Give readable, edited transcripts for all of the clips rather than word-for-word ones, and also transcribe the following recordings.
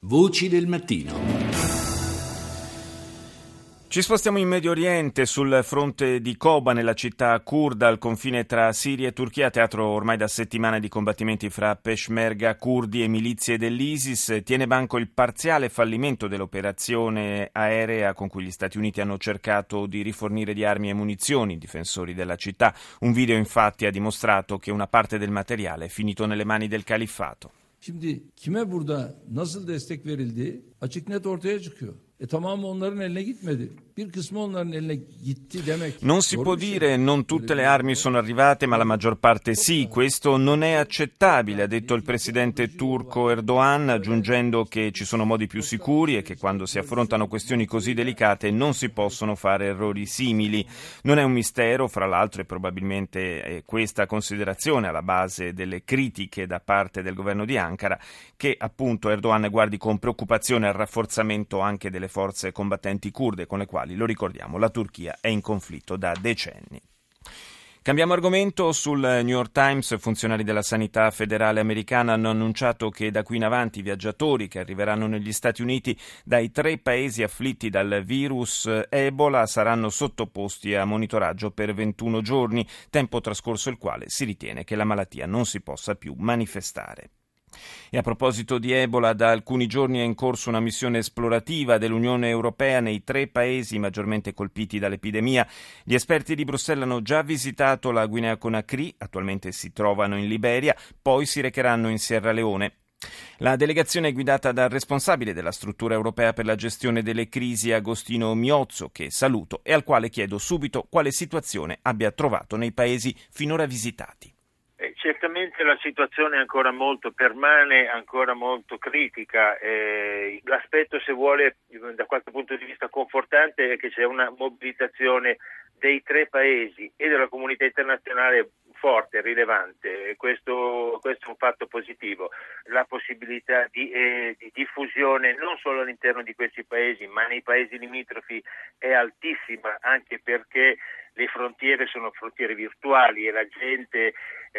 Voci del mattino. Ci spostiamo in Medio Oriente, sul fronte di Koba, nella città curda al confine tra Siria e Turchia, teatro ormai da settimane di combattimenti fra peshmerga curdi e milizie dell'ISIS. Tiene banco il parziale fallimento dell'operazione aerea con cui gli Stati Uniti hanno cercato di rifornire di armi e munizioni i difensori della città. Un video infatti ha dimostrato che una parte del materiale è finito nelle mani del califfato. Şimdi kime burada nasıl destek verildiği açık net ortaya çıkıyor. Tamamı onların eline gitmedi. Bir kısmı onların eline gitti demek. Non si può dire non tutte le armi sono arrivate, ma la maggior parte sì. Questo non è accettabile, ha detto il presidente turco Erdogan, aggiungendo che ci sono modi più sicuri e che quando si affrontano questioni così delicate non si possono fare errori simili. Non è un mistero, fra l'altro, e probabilmente è questa considerazione alla base delle critiche da parte del governo di Ankara, che appunto Erdogan guardi con preoccupazione al rafforzamento anche delle forze combattenti curde con le quali, lo ricordiamo, la Turchia è in conflitto da decenni. Cambiamo argomento. Sul New York Times, funzionari della sanità federale americana hanno annunciato che da qui in avanti i viaggiatori che arriveranno negli Stati Uniti dai 3 paesi afflitti dal virus Ebola saranno sottoposti a monitoraggio per 21 giorni, tempo trascorso il quale si ritiene che la malattia non si possa più manifestare. E a proposito di Ebola, da alcuni giorni è in corso una missione esplorativa dell'Unione Europea nei 3 paesi maggiormente colpiti dall'epidemia. Gli esperti di Bruxelles hanno già visitato la Guinea Conakry, attualmente si trovano in Liberia, poi si recheranno in Sierra Leone. La delegazione è guidata dal responsabile della struttura europea per la gestione delle crisi, Agostino Miozzo, che saluto e al quale chiedo subito quale situazione abbia trovato nei paesi finora visitati. Certamente la situazione permane ancora molto critica. L'aspetto, se vuole, da qualche punto di vista confortante, è che c'è una mobilitazione dei 3 paesi e della comunità internazionale forte, rilevante. Questo è un fatto positivo. La possibilità di diffusione non solo all'interno di questi paesi ma nei paesi limitrofi è altissima, anche perché le frontiere sono frontiere virtuali e la gente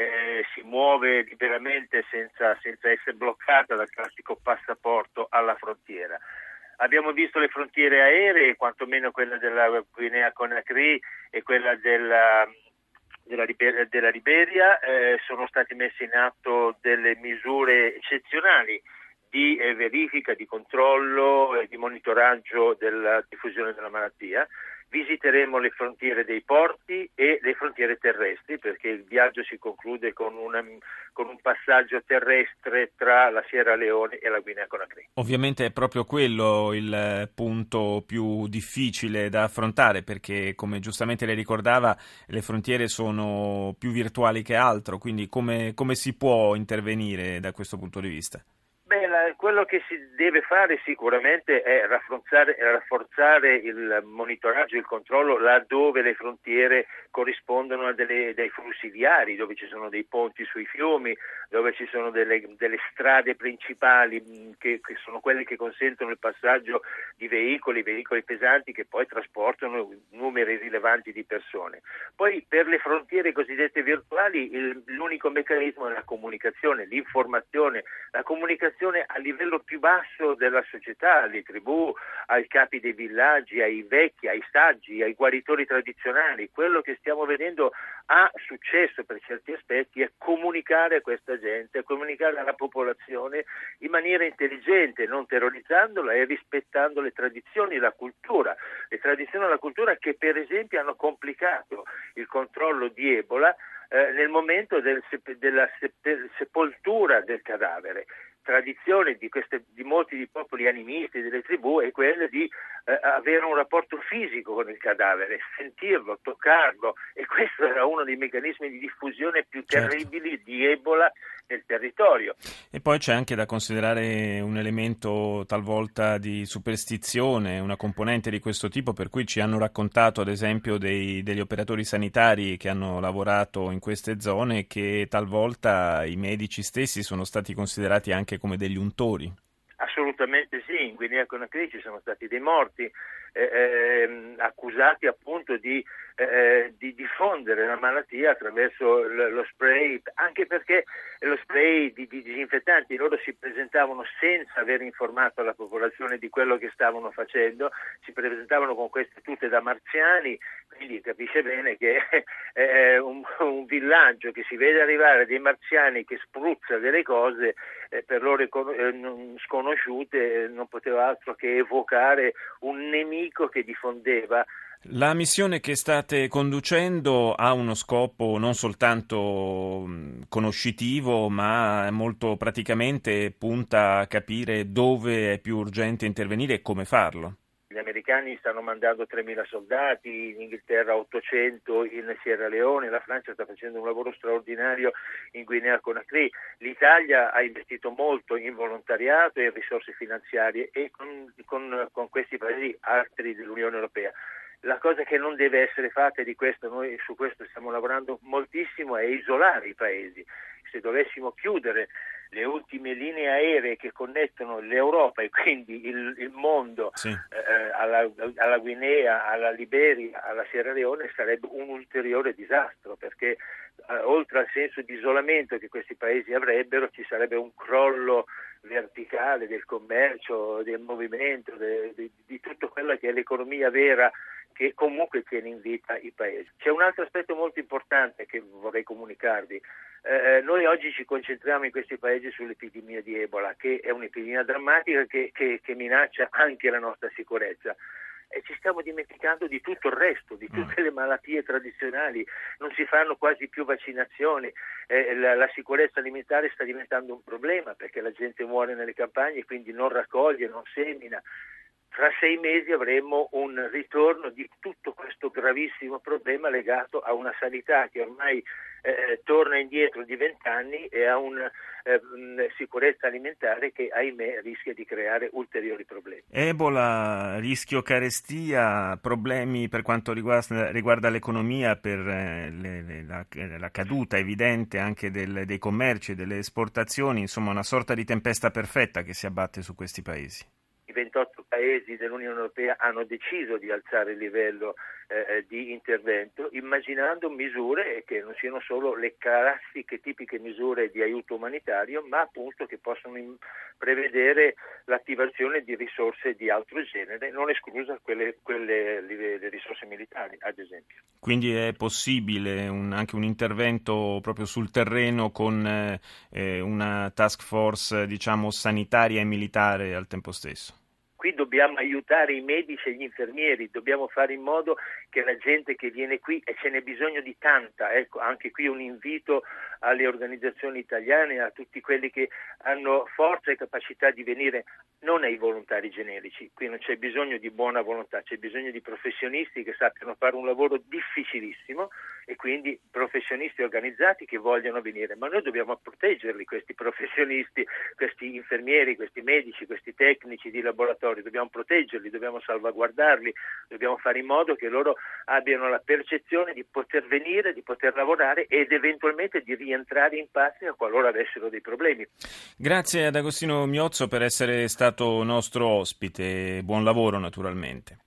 si muove liberamente senza essere bloccata dal classico passaporto alla frontiera. Abbiamo visto le frontiere aeree, quantomeno quella della Guinea Conakry e quella della Liberia, sono state messe in atto delle misure eccezionali di verifica, di controllo e di monitoraggio della diffusione della malattia. Visiteremo le frontiere dei porti e le frontiere terrestri, perché il viaggio si conclude con un passaggio terrestre tra la Sierra Leone e la Guinea Conakry. Ovviamente è proprio quello il punto più difficile da affrontare, perché, come giustamente lei ricordava, le frontiere sono più virtuali che altro, quindi come si può intervenire da questo punto di vista? Quello che si deve fare sicuramente è rafforzare il monitoraggio e il controllo laddove le frontiere corrispondono a dei flussi viari, dove ci sono dei ponti sui fiumi, dove ci sono delle strade principali che sono quelle che consentono il passaggio di veicoli pesanti che poi trasportano numeri rilevanti di persone. Poi per le frontiere cosiddette virtuali l'unico meccanismo è la comunicazione, l'informazione, la comunicazione a livello più basso della società, alle tribù, ai capi dei villaggi, ai vecchi, ai saggi, ai guaritori tradizionali. Quello che stiamo vedendo ha successo per certi aspetti è comunicare a questa gente, comunicare alla popolazione in maniera intelligente, non terrorizzandola e rispettando le tradizioni e la cultura. Le tradizioni e la cultura che per esempio hanno complicato il controllo di Ebola nel momento della sepoltura del cadavere. Tradizione di molti di popoli animisti delle tribù è quella di avere un rapporto fisico con il cadavere, sentirlo, toccarlo, e questo era uno dei meccanismi di diffusione più terribili di Ebola nel territorio. E poi c'è anche da considerare un elemento talvolta di superstizione, una componente di questo tipo, per cui ci hanno raccontato ad esempio degli operatori sanitari che hanno lavorato in queste zone che talvolta i medici stessi sono stati considerati anche come degli untori. Assolutamente sì, in Guinea Conakry ci sono stati dei morti accusati appunto di diffondere la malattia attraverso lo spray, anche perché lo spray di disinfettanti, loro si presentavano senza aver informato la popolazione di quello che stavano facendo, si presentavano con queste tute da marziani, quindi capisce bene che è un villaggio che si vede arrivare dei marziani che spruzza delle cose per loro sconosciute, non poteva altro che evocare un nemico che diffondeva. La missione che state conducendo ha uno scopo non soltanto conoscitivo, ma molto praticamente punta a capire dove è più urgente intervenire e come farlo. Gli americani stanno mandando 3.000 soldati, in Inghilterra 800 in Sierra Leone, la Francia sta facendo un lavoro straordinario in Guinea Conakry, l'Italia ha investito molto in volontariato e in risorse finanziarie e con questi paesi altri dell'Unione Europea. La cosa che non deve essere fatta, e di questo noi su questo stiamo lavorando moltissimo, è isolare i paesi. Se dovessimo chiudere le ultime linee aeree che connettono l'Europa e quindi il mondo sì. alla Guinea, alla Liberia, alla Sierra Leone, sarebbe un ulteriore disastro, perché oltre al senso di isolamento che questi paesi avrebbero, ci sarebbe un crollo verticale del commercio, del movimento, di tutto quello che è l'economia vera che comunque tiene in vita i paesi. C'è un altro aspetto molto importante che vorrei comunicarvi. Noi oggi ci concentriamo in questi paesi sull'epidemia di Ebola, che è un'epidemia drammatica che minaccia anche la nostra sicurezza. E ci stiamo dimenticando di tutto il resto, di tutte le malattie tradizionali, non si fanno quasi più vaccinazioni, la sicurezza alimentare sta diventando un problema perché la gente muore nelle campagne e quindi non raccoglie, non semina. Tra 6 mesi avremo un ritorno di tutto questo gravissimo problema legato a una sanità che ormai torna indietro di 20 anni e a una sicurezza alimentare che, ahimè, rischia di creare ulteriori problemi. Ebola, rischio carestia, problemi per quanto riguarda l'economia, per la caduta evidente anche dei commerci e delle esportazioni, insomma una sorta di tempesta perfetta che si abbatte su questi paesi. I 28 paesi dell'Unione Europea hanno deciso di alzare il livello di intervento, immaginando misure che non siano solo le classiche, tipiche misure di aiuto umanitario, ma appunto che possono prevedere l'attivazione di risorse di altro genere, non esclusa le risorse militari, ad esempio. Quindi è possibile anche un intervento proprio sul terreno con una task force, diciamo, sanitaria e militare al tempo stesso? Qui dobbiamo aiutare i medici e gli infermieri, dobbiamo fare in modo che la gente che viene qui, e ce n'è bisogno di tanta, ecco, anche qui un invito alle organizzazioni italiane, a tutti quelli che hanno forza e capacità di venire, non ai volontari generici, qui non c'è bisogno di buona volontà, c'è bisogno di professionisti che sappiano fare un lavoro difficilissimo e quindi professionisti organizzati che vogliono venire, ma noi dobbiamo proteggerli, questi professionisti, questi infermieri, questi medici, questi tecnici di laboratorio, dobbiamo proteggerli, dobbiamo salvaguardarli, dobbiamo fare in modo che loro abbiano la percezione di poter venire, di poter lavorare ed eventualmente di rientrare in patria qualora avessero dei problemi. Grazie ad Agostino Miozzo per essere stato nostro ospite, buon lavoro naturalmente.